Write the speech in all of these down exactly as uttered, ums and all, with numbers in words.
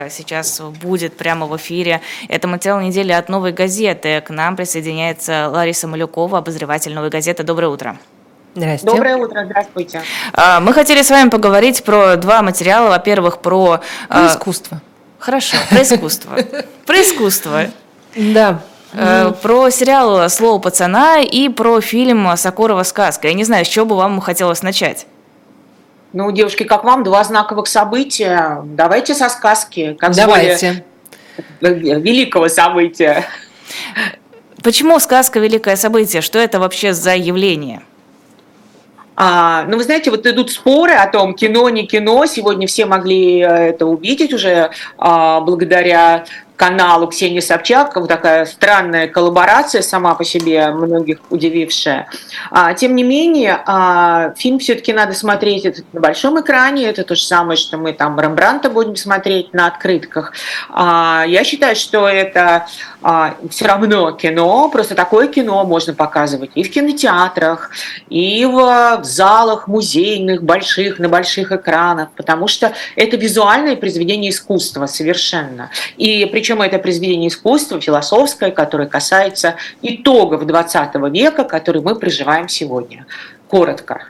Сейчас будет прямо в эфире. Это материал недели от «Новой газеты». К нам присоединяется Лариса Малюкова, обозреватель «Новой газеты». Доброе утро. Здрасте. Доброе утро, здравствуйте. Мы хотели с вами поговорить про два материала. Во-первых, про... Про искусство. Хорошо, про искусство. Про искусство. Да. Про сериал «Слово пацана» и про фильм «Сокурова сказка». Я не знаю, с чего бы вам хотелось начать. Ну, девушки, как вам? Два знаковых события. Давайте со сказки. Как Давайте. Великого события. Почему сказка великое событие? Что это вообще за явление? А, ну, вы знаете, вот идут споры о том, кино, не кино. Сегодня все могли это увидеть уже а, благодаря каналу Ксении Собчак. Вот такая странная коллаборация, сама по себе многих удивившая. А, тем не менее, а, фильм все-таки надо смотреть это на большом экране. Это то же самое, что мы там Рембрандта будем смотреть на открытках. А, я считаю, что это а, все равно кино. Просто такое кино можно показывать и в кинотеатрах, и в, в залах музейных, больших, на больших экранах, потому что это визуальное произведение искусства совершенно. И причем это произведение искусства, философское, которое касается итогов двадцатого века, который мы проживаем сегодня. Коротко.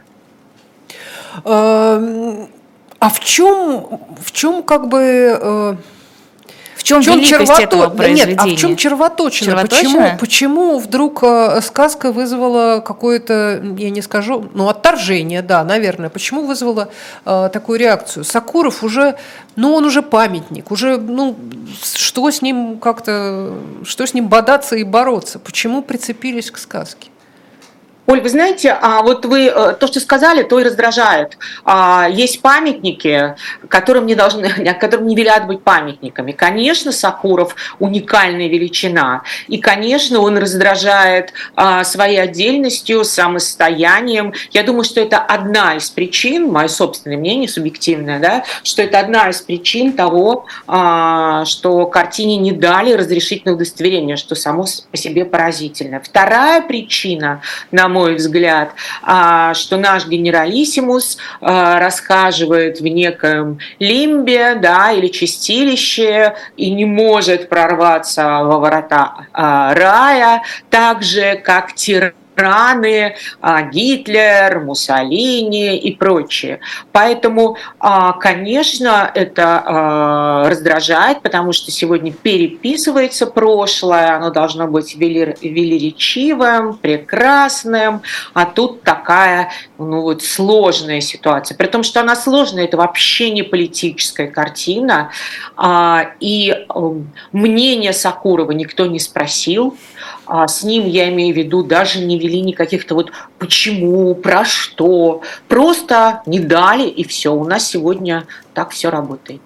А в чем, в чем как бы... В чем, в чем великость червото... этого произведения? Нет, а в чем червоточина? Почему, почему вдруг сказка вызвала какое-то, я не скажу, ну, отторжение, да, наверное. Почему вызвала э, такую реакцию? Сокуров уже, ну, он уже памятник, уже, ну, что с ним как-то, что с ним бодаться и бороться? Почему прицепились к сказке? Оль, вы знаете, а вот вы то, что сказали, то и раздражает. Есть памятники, которым не должны, которым не велят быть памятниками. Конечно, Сокуров уникальная величина, и, конечно, он раздражает своей отдельностью, самостоянием. Я думаю, что это одна из причин, мое собственное мнение, субъективное, да, что это одна из причин того, что картине не дали разрешительное удостоверение, что само по себе поразительно. Вторая причина, на мой взгляд, что наш генералиссимус расхаживает в неком лимбе, да, или чистилище и не может прорваться во ворота рая, так же, как тиран. Раны, Гитлер, Муссолини и прочее. Поэтому, конечно, это раздражает, потому что сегодня переписывается прошлое, оно должно быть велеречивым, прекрасным, а тут такая, ну, вот, сложная ситуация. При том, что она сложная, это вообще не политическая картина, и мнение Сокурова никто не спросил. С ним, я имею в виду, даже не вели никаких-то вот почему, про что. Просто не дали, и все. У нас сегодня так все работает.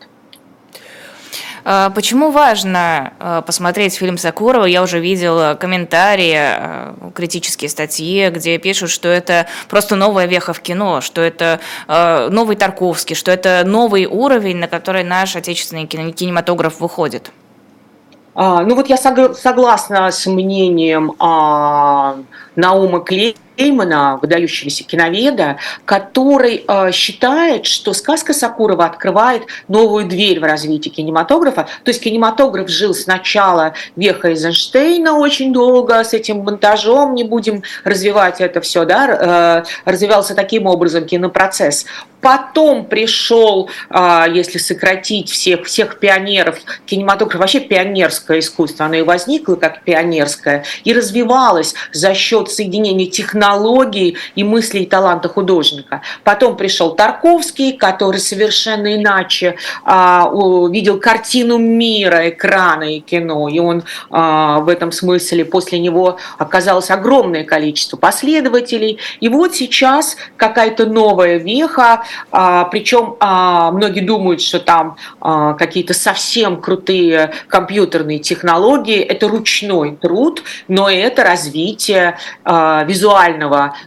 Почему важно посмотреть фильм Сокурова? Я уже видела комментарии, критические статьи, где пишут, что это просто новая веха в кино, что это новый Тарковский, что это новый уровень, на который наш отечественный кинематограф выходит. Ну вот я согласна с мнением а, Наума Клеймана, выдающегося киноведа, который а, считает, что сказка Сокурова открывает новую дверь в развитии кинематографа. То есть кинематограф жил сначала века Эйзенштейна очень долго с этим монтажом, не будем развивать это все, да, развивался таким образом кинопроцесс. Потом пришел, если сократить всех, всех пионеров, кинематограф, вообще пионерское искусство, оно и возникло как пионерское, и развивалось за счет соединения технологий и мыслей и таланта художника. Потом пришел Тарковский, который совершенно иначе а, видел картину мира, экрана и кино, и он а, в этом смысле после него оказалось огромное количество последователей. И вот сейчас какая-то новая веха. А, причем а, многие думают, что там а, какие-то совсем крутые компьютерные технологии. Это ручной труд, но это развитие а, визуального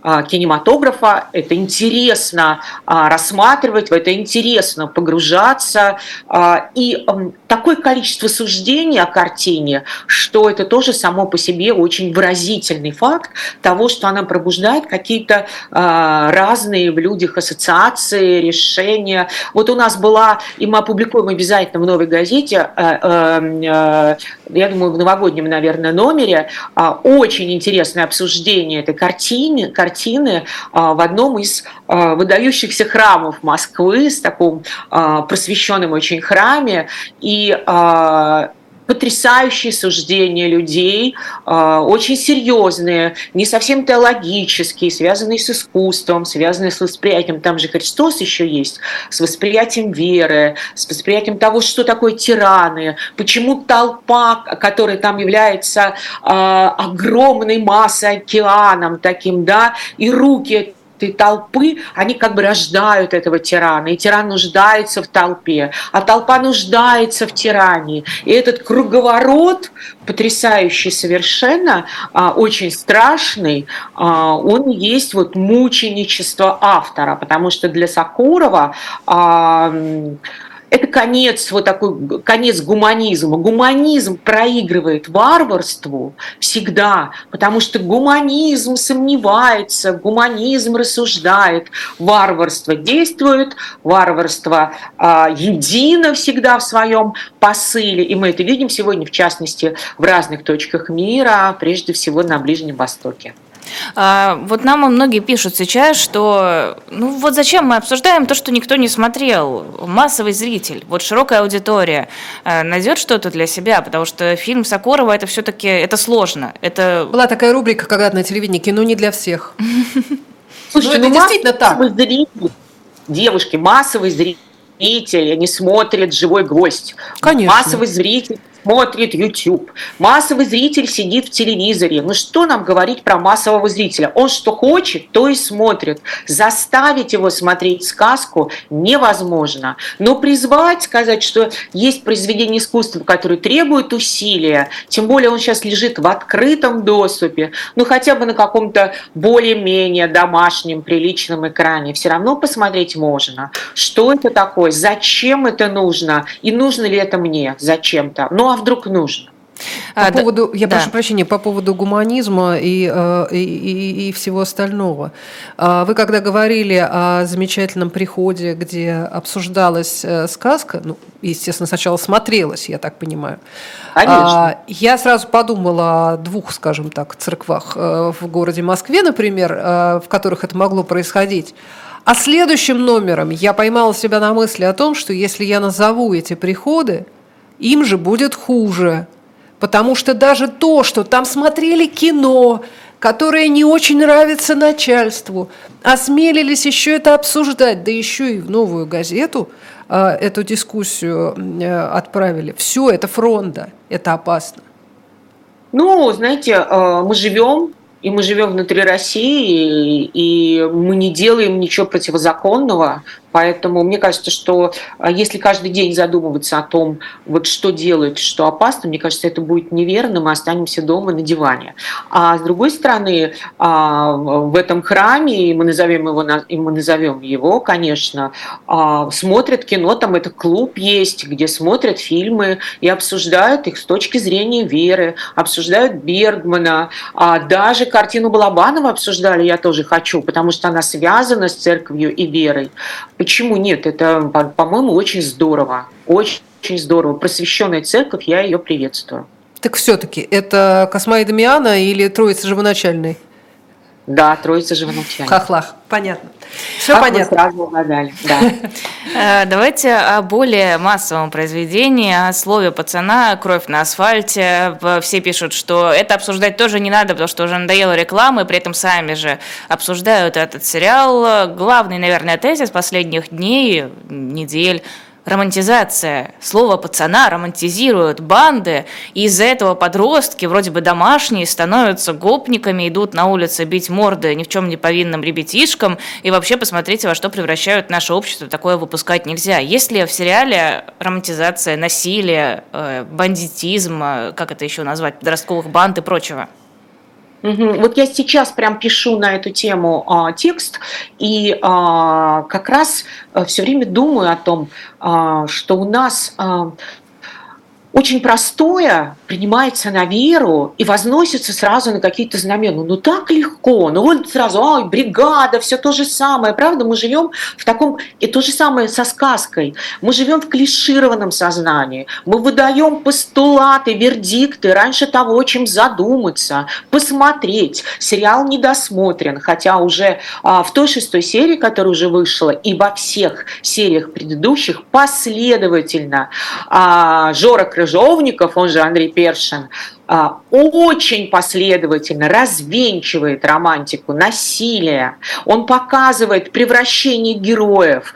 кинематографа, это интересно рассматривать, в это интересно погружаться. И такое количество суждений о картине, что это тоже само по себе очень выразительный факт того, что она пробуждает какие-то разные в людях ассоциации, решения. Вот у нас была, и мы опубликуем обязательно в «Новой газете», я думаю, в новогоднем, наверное, номере, очень интересное обсуждение этой картины, картины в одном из выдающихся храмов Москвы, с таком просвещенном очень храме, и потрясающие суждения людей, очень серьезные, не совсем теологические, связанные с искусством, связанные с восприятием, там же Христос еще есть, с восприятием веры, с восприятием того, что такое тираны, почему толпа, которая там является огромной массой, океаном таким, да, и руки этой толпы, они как бы рождают этого тирана, и тиран нуждается в толпе, а толпа нуждается в тиране. И этот круговорот, потрясающий совершенно, очень страшный, он есть вот мученичество автора, потому что для Сокурова это конец, вот такой конец гуманизма. Гуманизм проигрывает варварству всегда, потому что гуманизм сомневается, гуманизм рассуждает, варварство действует, варварство э, едино всегда в своем посыле, и мы это видим сегодня, в частности, в разных точках мира, прежде всего на Ближнем Востоке. А, вот нам многие пишут сейчас, что ну вот зачем мы обсуждаем то, что никто не смотрел. Массовый зритель, вот широкая аудитория а, найдет что-то для себя, потому что фильм Сокурова это все-таки это сложно. Это... Была такая рубрика когда-то на телевидении «Кино не для всех». Слушайте, ну это действительно так. Девушки, массовый зритель, они смотрят «Живой гвоздь». Конечно. Массовый зритель смотрит YouTube. Массовый зритель сидит в телевизоре. Ну что нам говорить про массового зрителя? Он что хочет, то и смотрит. Заставить его смотреть сказку невозможно. Но призвать, сказать, что есть произведение искусства, которое требует усилия, тем более он сейчас лежит в открытом доступе, ну хотя бы на каком-то более-менее домашнем, приличном экране, все равно посмотреть можно. Что это такое? Зачем это нужно? И нужно ли это мне? Зачем-то? Ну а вдруг нужно? По а, поводу, да, я прошу да. прощения, по поводу гуманизма и, и, и, и всего остального. Вы когда говорили о замечательном приходе, где обсуждалась сказка, ну, естественно, сначала смотрелась, я так понимаю. Конечно. Я сразу подумала о двух, скажем так, церквах в городе Москве, например, в которых это могло происходить. А следующим номером я поймала себя на мысли о том, что если я назову эти приходы, им же будет хуже. Потому что даже то, что там смотрели кино, которое не очень нравится начальству, осмелились еще это обсуждать, да еще и в «Новую газету» э, эту дискуссию э, отправили. Все, это фронта, это опасно. Ну, знаете, э, мы живем, и мы живем внутри России, и мы не делаем ничего противозаконного. Поэтому мне кажется, что если каждый день задумываться о том, вот что делать, что опасно, мне кажется, это будет неверно, мы останемся дома на диване. А с другой стороны, в этом храме, и мы назовем его, и мы назовем его, конечно, смотрят кино, там это клуб есть, где смотрят фильмы и обсуждают их с точки зрения веры, обсуждают Бергмана, даже картину Балабанова обсуждали, я тоже хочу, потому что она связана с церковью и верой. Почему нет? Это, по-моему, очень здорово. Очень, очень здорово. Просвещенная церковь, я ее приветствую. Так все-таки это Косма и Дамиана или Троица Живоначальной? Да, Троица Живоначальной. Хохлах, понятно. Все как понятно. Мы сразу угадали, да. Давайте о более массовом произведении, о слове пацана, «Кровь на асфальте». Все пишут, что это обсуждать тоже не надо, потому что уже надоела реклама, и при этом сами же обсуждают этот сериал. Главный, наверное, тезис последних дней, недель – романтизация. Слово пацана романтизируют банды, и из-за этого подростки, вроде бы домашние, становятся гопниками, идут на улице бить морды ни в чем не повинным ребятишкам, и вообще посмотрите, во что превращают наше общество, такое выпускать нельзя. Есть ли в сериале романтизация насилия, бандитизм, как это еще назвать, подростковых банд и прочего? Угу. Вот я сейчас прям пишу на эту тему а, текст, и а, как раз а, все время думаю о том, а, что у нас а, очень простое принимается на веру и возносится сразу на какие-то знамена. Ну так легко, ну вот сразу, ой, бригада, все то же самое, правда? Мы живем в таком, и то же самое со сказкой. Мы живем в клишированном сознании. Мы выдаем постулаты, вердикты раньше того, чем задуматься, посмотреть. Сериал недосмотрен, хотя уже а, в той шестой серии, которая уже вышла, и во всех сериях предыдущих последовательно а, Жора Крыжовников, он же Андрей Першин, очень последовательно развенчивает романтику, насилие. Он показывает превращение героев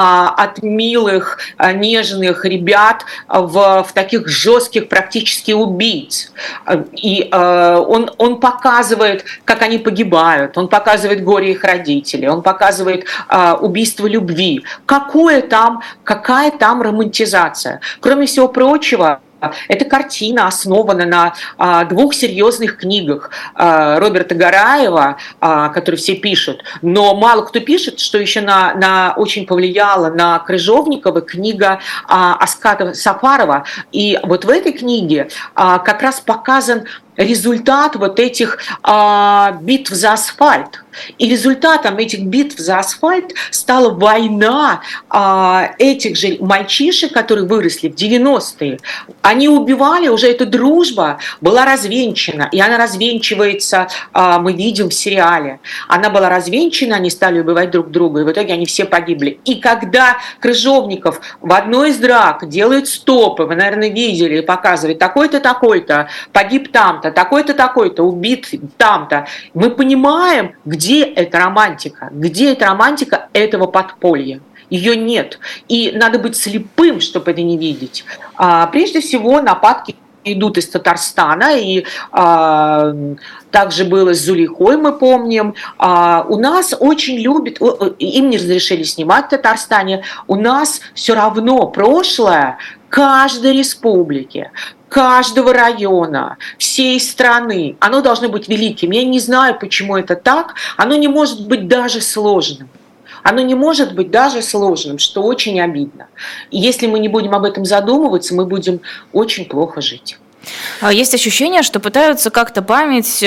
от милых, нежных ребят в, в таких жестких практически убийц. И он, он показывает, как они погибают, он показывает горе их родителей, он показывает убийство любви. Какое там, какая там романтизация? Кроме всего прочего, эта картина основана на а, двух серьезных книгах а, Роберта Гараева, а, которые все пишут, но мало кто пишет, что еще на, на, очень повлияла на Крыжовникова книга а, Аската Сафарова. И вот в этой книге а, как раз показан результат вот этих а, битв за асфальт. И результатом этих битв за асфальт стала война а, этих же мальчишек, которые выросли в девяностые. Они убивали, уже эта дружба была развенчана, и она развенчивается, а, мы видим в сериале. Она была развенчана, они стали убивать друг друга, и в итоге они все погибли. И когда Крыжовников в одной из драк делает стопы, вы, наверное, видели, и показывает, такой-то, такой-то, погиб там-то, такой-то, такой-то, убит там-то, мы понимаем, где Где эта романтика? Где эта романтика этого подполья? Ее нет. И надо быть слепым, чтобы это не видеть. А, прежде всего, нападки идут из Татарстана, и а, также было с Зулейхой, мы помним. А, у нас очень любят, им не разрешили снимать в Татарстане, у нас все равно прошлое каждой республики, каждого района, всей страны, оно должно быть великим. Я не знаю, почему это так. Оно не может быть даже сложным. Оно не может быть даже сложным, что очень обидно. И если мы не будем об этом задумываться, мы будем очень плохо жить. Есть ощущение, что пытаются как-то память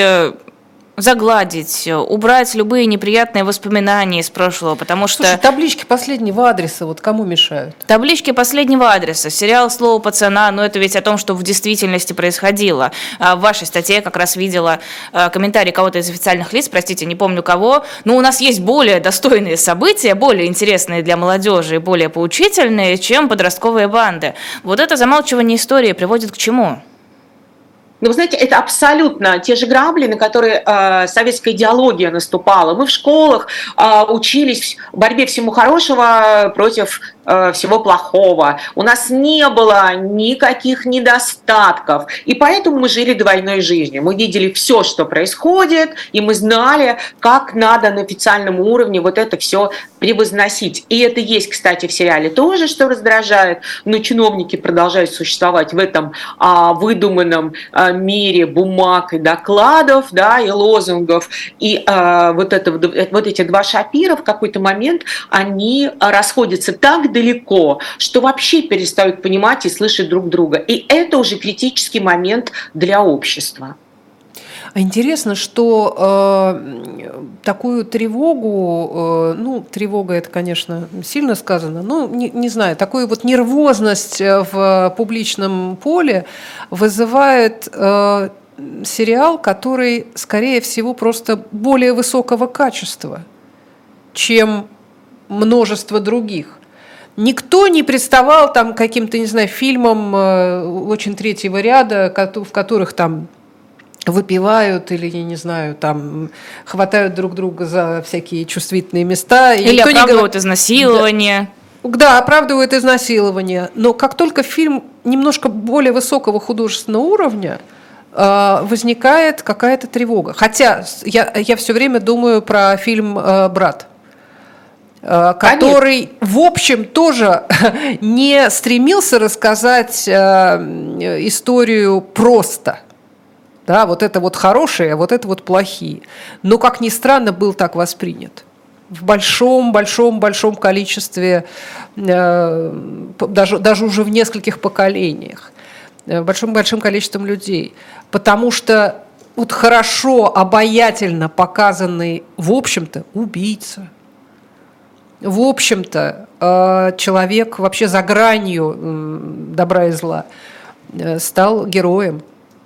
загладить, убрать любые неприятные воспоминания из прошлого, потому что... Слушай, таблички последнего адреса, вот кому мешают? Таблички последнего адреса, сериал «Слово пацана», но это ведь о том, что в действительности происходило. В вашей статье я как раз видела комментарий кого-то из официальных лиц, простите, не помню кого, но у нас есть более достойные события, более интересные для молодежи и более поучительные, чем подростковые банды. Вот это замалчивание истории приводит к чему? Но вы знаете, это абсолютно те же грабли, на которые э, советская идеология наступала. Мы в школах э, учились в борьбе всему хорошего против э, всего плохого. У нас не было никаких недостатков. И поэтому мы жили двойной жизнью. Мы видели все, что происходит, и мы знали, как надо на официальном уровне вот это все превозносить. И это есть, кстати, в сериале тоже, что раздражает. Но чиновники продолжают существовать в этом э, выдуманном э, мире бумаг и докладов, да, и лозунгов, и э, вот, это, вот эти два Шапира в какой-то момент, они расходятся так далеко, что вообще перестают понимать и слышать друг друга. И это уже критический момент для общества. Интересно, что э, такую тревогу, э, ну, тревога это, конечно, сильно сказано, но не, не знаю, такую вот нервозность в публичном поле вызывает э, сериал, который, скорее всего, просто более высокого качества, чем множество других. Никто не приставал там к каким-то, не знаю, фильмам э, очень третьего ряда, в которых там выпивают или, я не знаю, там хватают друг друга за всякие чувствительные места. Или оправдывают не... изнасилование. Да, да, оправдывают изнасилование. Но как только фильм немножко более высокого художественного уровня, э, возникает какая-то тревога. Хотя я, я все время думаю про фильм э, «Брат», э, который, в общем, тоже не стремился рассказать э, историю просто. Да, вот это вот хорошие, а вот это вот плохие. Но, как ни странно, был так воспринят. В большом-большом-большом количестве, э, даже, даже уже в нескольких поколениях, э, большим-большим количеством людей. Потому что вот хорошо, обаятельно показанный, в общем-то, убийца, в общем-то, э, человек вообще за гранью э, добра и зла, э, стал героем.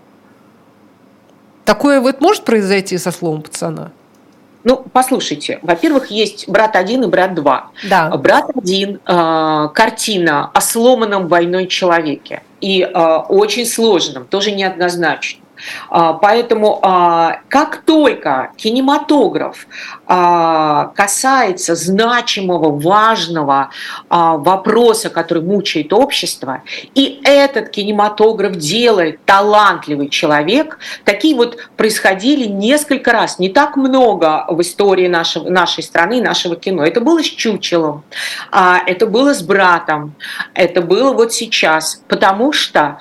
Такое вот может произойти со словом пацана? Ну, послушайте, во-первых, есть «Брат один» и «Брат два». Да. «Брат один» э, картина о сломанном войной человеке. И э, очень сложном, тоже неоднозначном. Поэтому как только кинематограф касается значимого, важного вопроса, который мучает общество, и этот кинематограф делает талантливый человек, такие вот происходили несколько раз, не так много в истории нашего, нашей страны, нашего кино. Это было с «Чучелом», это было с «Братом», это было вот сейчас, потому что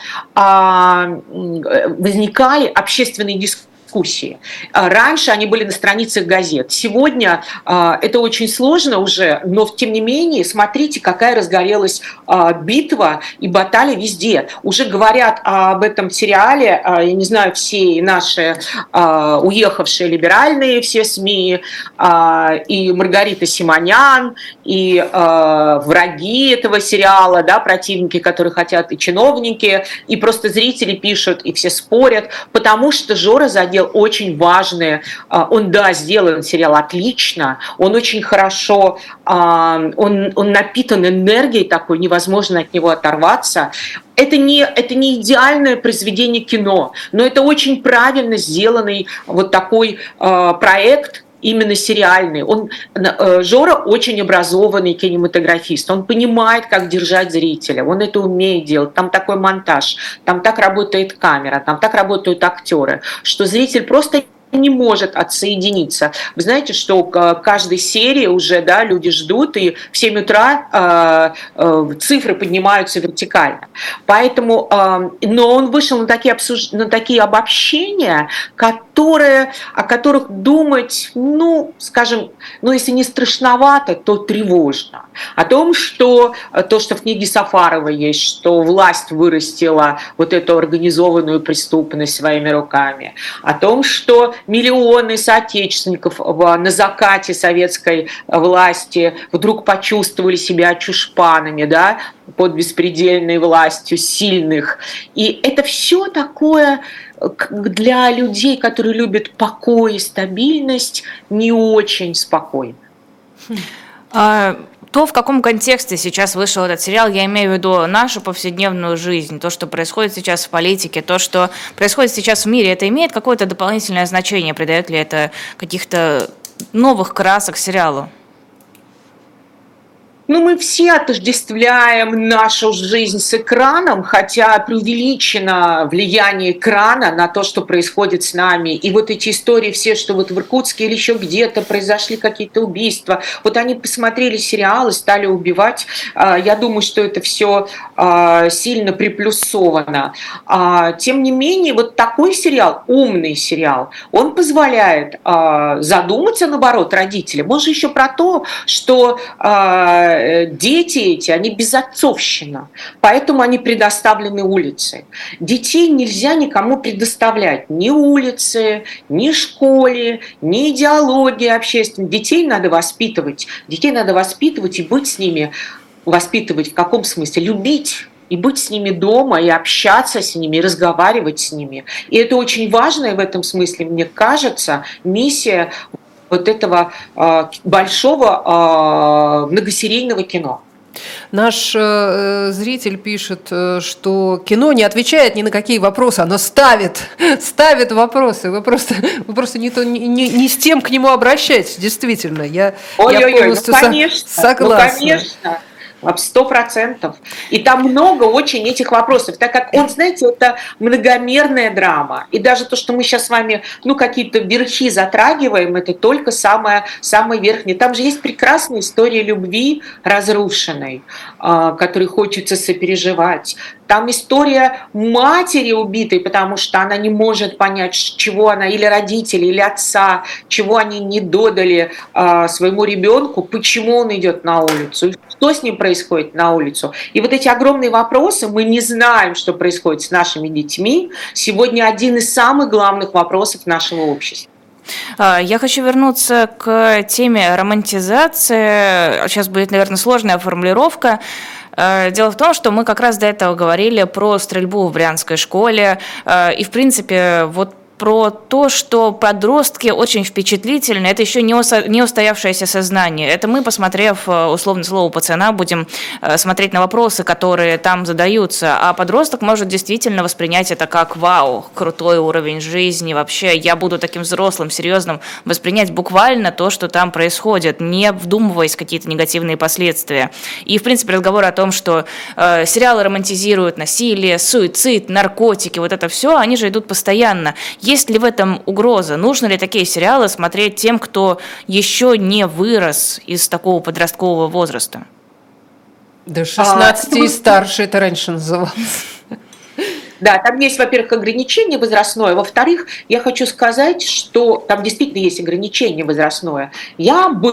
возникает общественные дискуссии. Раньше они были на страницах газет. Сегодня э, это очень сложно уже, но тем не менее, смотрите, какая разгорелась э, битва и баталия везде. Уже говорят об этом сериале, э, я не знаю, все наши э, уехавшие либеральные все СМИ, э, и Маргарита Симонян, и э, враги этого сериала, да, противники, которые хотят, и чиновники, и просто зрители пишут, и все спорят, потому что Жора задел очень важные, он, да, сделан сериал отлично, он очень хорошо, он, он напитан энергией такой, невозможно от него оторваться. Это не, это не идеальное произведение кино, но это очень правильно сделанный вот такой э, проект, именно сериальный. Он, Жора очень образованный кинематографист, он понимает, как держать зрителя, он это умеет делать, там такой монтаж, там так работает камера, там так работают актеры, что зритель просто не может отсоединиться. Вы знаете, что к каждой серии уже, да, люди ждут, и в семь утра э, э, цифры поднимаются вертикально. Поэтому, э, но он вышел на такие, обсуж... на такие обобщения, которые, о которых думать, ну, скажем, ну, если не страшновато, то тревожно. О том, что то, что в книге Сафарова есть, что власть вырастила вот эту организованную преступность своими руками, о том, что миллионы соотечественников на закате советской власти вдруг почувствовали себя чушпанами, да, под беспредельной властью сильных. И это все такое для людей, которые любят покой и стабильность, не очень спокойно. А то, в каком контексте сейчас вышел этот сериал, я имею в виду нашу повседневную жизнь, то, что происходит сейчас в политике, то, что происходит сейчас в мире, это имеет какое-то дополнительное значение? Придает ли это каких-то новых красок сериалу? Ну, мы все отождествляем нашу жизнь с экраном, хотя преувеличено влияние экрана на то, что происходит с нами. И вот эти истории все, что вот в Иркутске или еще где-то произошли какие-то убийства, вот они посмотрели сериалы, стали убивать. Я думаю, что это все сильно приплюсовано. Тем не менее, вот такой сериал, умный сериал, он позволяет задуматься, наоборот, родителям. Он же еще про то, что дети эти, они безотцовщина, поэтому они предоставлены улице. Детей нельзя никому предоставлять, ни улице, ни школе, ни идеологии общественной. Детей надо воспитывать, детей надо воспитывать и быть с ними, воспитывать в каком смысле? Любить. И быть с ними дома, и общаться с ними, и разговаривать с ними. И это очень важная в этом смысле, мне кажется, миссия вот этого э, большого э, многосерийного кино. Наш э, зритель пишет, э, что кино не отвечает ни на какие вопросы, оно ставит, ставит вопросы. Вы просто, вы просто не, то, не, не с тем к нему обращаетесь, действительно. Я, я полностью ну, конечно, со- согласна. Ну, конечно. Сто процентов. И там много очень этих вопросов, так как он, знаете, это многомерная драма. И даже то, что мы сейчас с вами, ну, какие-то верхи затрагиваем, это только самое, самое верхнее. Там же есть прекрасная история любви разрушенной, которую хочется сопереживать. там история матери убитой, потому что она не может понять, чего она, или родители, или отца, чего они не додали э, своему ребенку, почему он идет на улицу, что с ним происходит на улицу. И вот эти огромные вопросы, мы не знаем, что происходит с нашими детьми, сегодня один из самых главных вопросов нашего общества. Я хочу вернуться к теме романтизации. Сейчас будет, наверное, сложная формулировка. Дело в том, что мы как раз до этого говорили про стрельбу в брянской школе. И, в принципе, вот про то, что подростки очень впечатлительны, это еще не, усо- не устоявшееся сознание. Это мы, посмотрев условно слово пацана, будем смотреть на вопросы, которые там задаются, а подросток может действительно воспринять это как вау, крутой уровень жизни, вообще я буду таким взрослым, серьезным, воспринять буквально то, что там происходит, не вдумываясь в какие-то негативные последствия. И, в принципе, разговор о том, что э, сериалы романтизируют насилие, суицид, наркотики, вот это все, они же идут постоянно. Есть ли в этом угроза? Нужно ли такие сериалы смотреть тем, кто еще не вырос из такого подросткового возраста? До шестнадцати а, и старше это раньше называлось. Да, там есть, во-первых, ограничение возрастное. Во-вторых, я хочу сказать, что там действительно есть ограничение возрастное. Я бы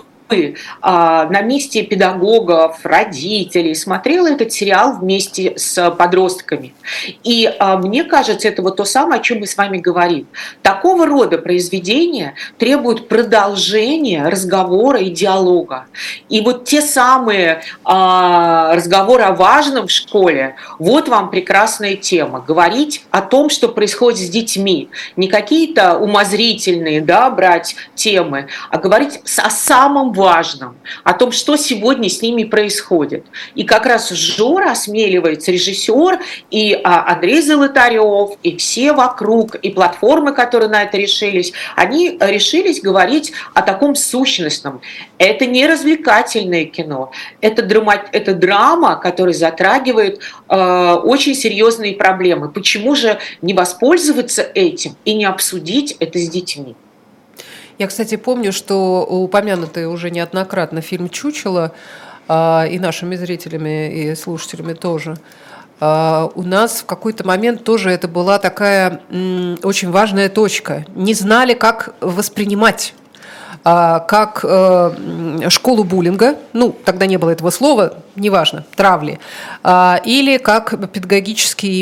на месте педагогов, родителей смотрела этот сериал вместе с подростками. И мне кажется, это вот то самое, о чем мы с вами говорим. Такого рода произведения требуют продолжения разговора и диалога. И вот те самые разговоры о важном в школе, вот вам прекрасная тема. Говорить о том, что происходит с детьми. Не какие-то умозрительные, да, брать темы, а говорить о самом важном, о том, что сегодня с ними происходит. И как раз Жора осмеливается, режиссер, и Андрей Золотарев, и все вокруг, и платформы, которые на это решились, они решились говорить о таком сущностном. Это не развлекательное кино, это драма, это драма, которая затрагивает э, очень серьезные проблемы. Почему же не воспользоваться этим и не обсудить это с детьми? Я, кстати, помню, что упомянутый уже неоднократно фильм «Чучело» и нашими зрителями, и слушателями тоже, у нас в какой-то момент тоже это была такая очень важная точка. Не знали, как воспринимать как школу буллинга, ну, тогда не было этого слова, неважно, травли, или как педагогический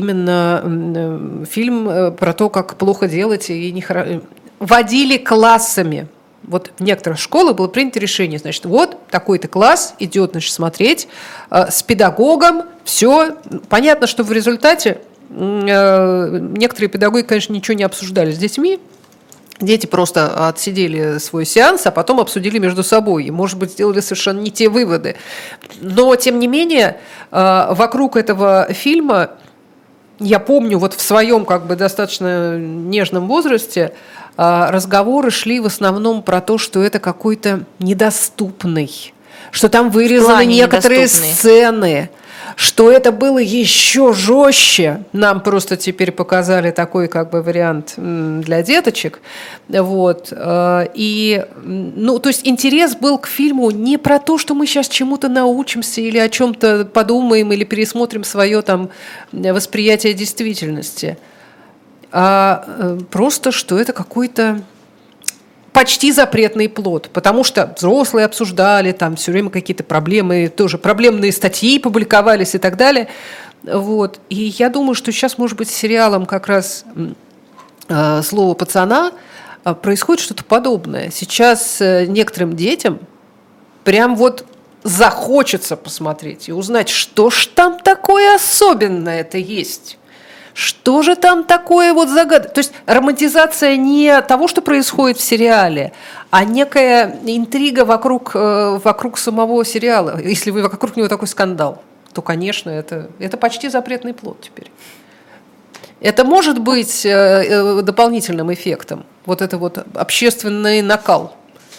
именно фильм про то, как плохо делать и нехорошо. Водили классами. Вот в некоторых школах было принято решение, значит, вот такой-то класс идет, значит, смотреть э, с педагогом, все. Понятно, что в результате э, некоторые педагоги, конечно, ничего не обсуждали с детьми. Дети просто отсидели свой сеанс, а потом обсудили между собой и, может быть, сделали совершенно не те выводы. Но, тем не менее, э, вокруг этого фильма, я помню, вот в своем как бы достаточно нежном возрасте разговоры шли в основном про то, что это какой-то недоступный, что там вырезаны некоторые сцены, что это было еще жестче. Нам просто теперь показали такой как бы вариант для деточек. Вот. И, ну, то есть интерес был к фильму не про то, что мы сейчас чему-то научимся или о чем-то подумаем или пересмотрим свое там восприятие действительности, а просто, что это какой-то почти запретный плод, потому что взрослые обсуждали, там все время какие-то проблемы, тоже проблемные статьи публиковались и так далее. Вот. И я думаю, что сейчас, может быть, с сериалом как раз э, «Слово пацана» э, происходит что-то подобное. Сейчас э, некоторым детям прям вот захочется посмотреть и узнать, что ж там такое особенное-то есть. Что же там такое вот загадка? То есть романтизация не того, что происходит в сериале, а некая интрига вокруг, вокруг самого сериала. Если вы вокруг него такой скандал, то, конечно, это, это почти запретный плод теперь. Это может быть дополнительным эффектом, вот это вот общественный накал.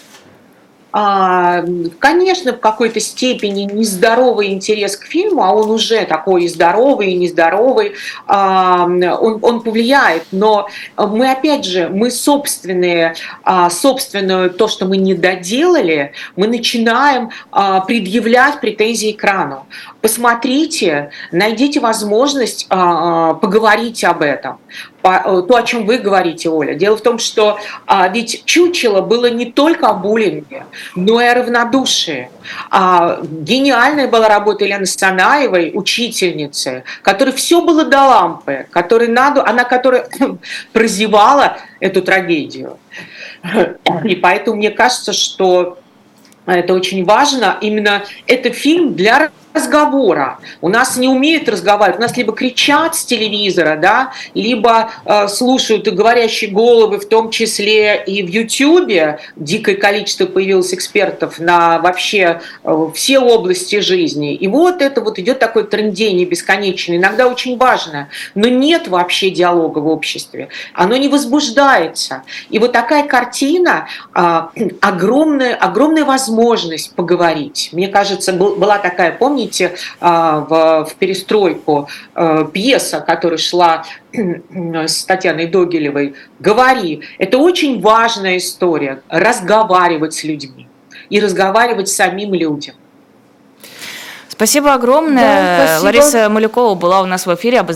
Конечно, в какой-то степени нездоровый интерес к фильму, а он уже такой и здоровый, и нездоровый, он, он повлияет. Но мы, опять же, мы собственные, собственную, то, что мы не доделали, мы начинаем предъявлять претензии экрану. посмотрите, найдите возможность а, поговорить об этом. По, то, о чем вы говорите, Оля. Дело в том, что а, ведь чучело было не только о буллинге, но и о равнодушии. А, гениальная была работа Елены Санаевой, учительницы, которой все было до лампы, которой надо, она которая прозевала эту трагедию. И поэтому мне кажется, что это очень важно. Именно это фильм для разговора. У нас не умеют разговаривать, у нас либо кричат с телевизора, да, либо э, слушают и говорящие головы, в том числе и в Ютьюбе. Дикое количество появилось экспертов на вообще э, все области жизни. И вот это вот идет такое трындение бесконечное, иногда очень важное, но нет вообще диалога в обществе. Оно не возбуждается. И вот такая картина, э, огромная, огромная возможность поговорить. Мне кажется, был, была такая, помните, В, в перестройку пьеса, которая шла с Татьяной Догилевой «Говори». Это очень важная история. Разговаривать с людьми и разговаривать с самим людям. Спасибо огромное. Да, спасибо. Лариса Малюкова была у нас в эфире.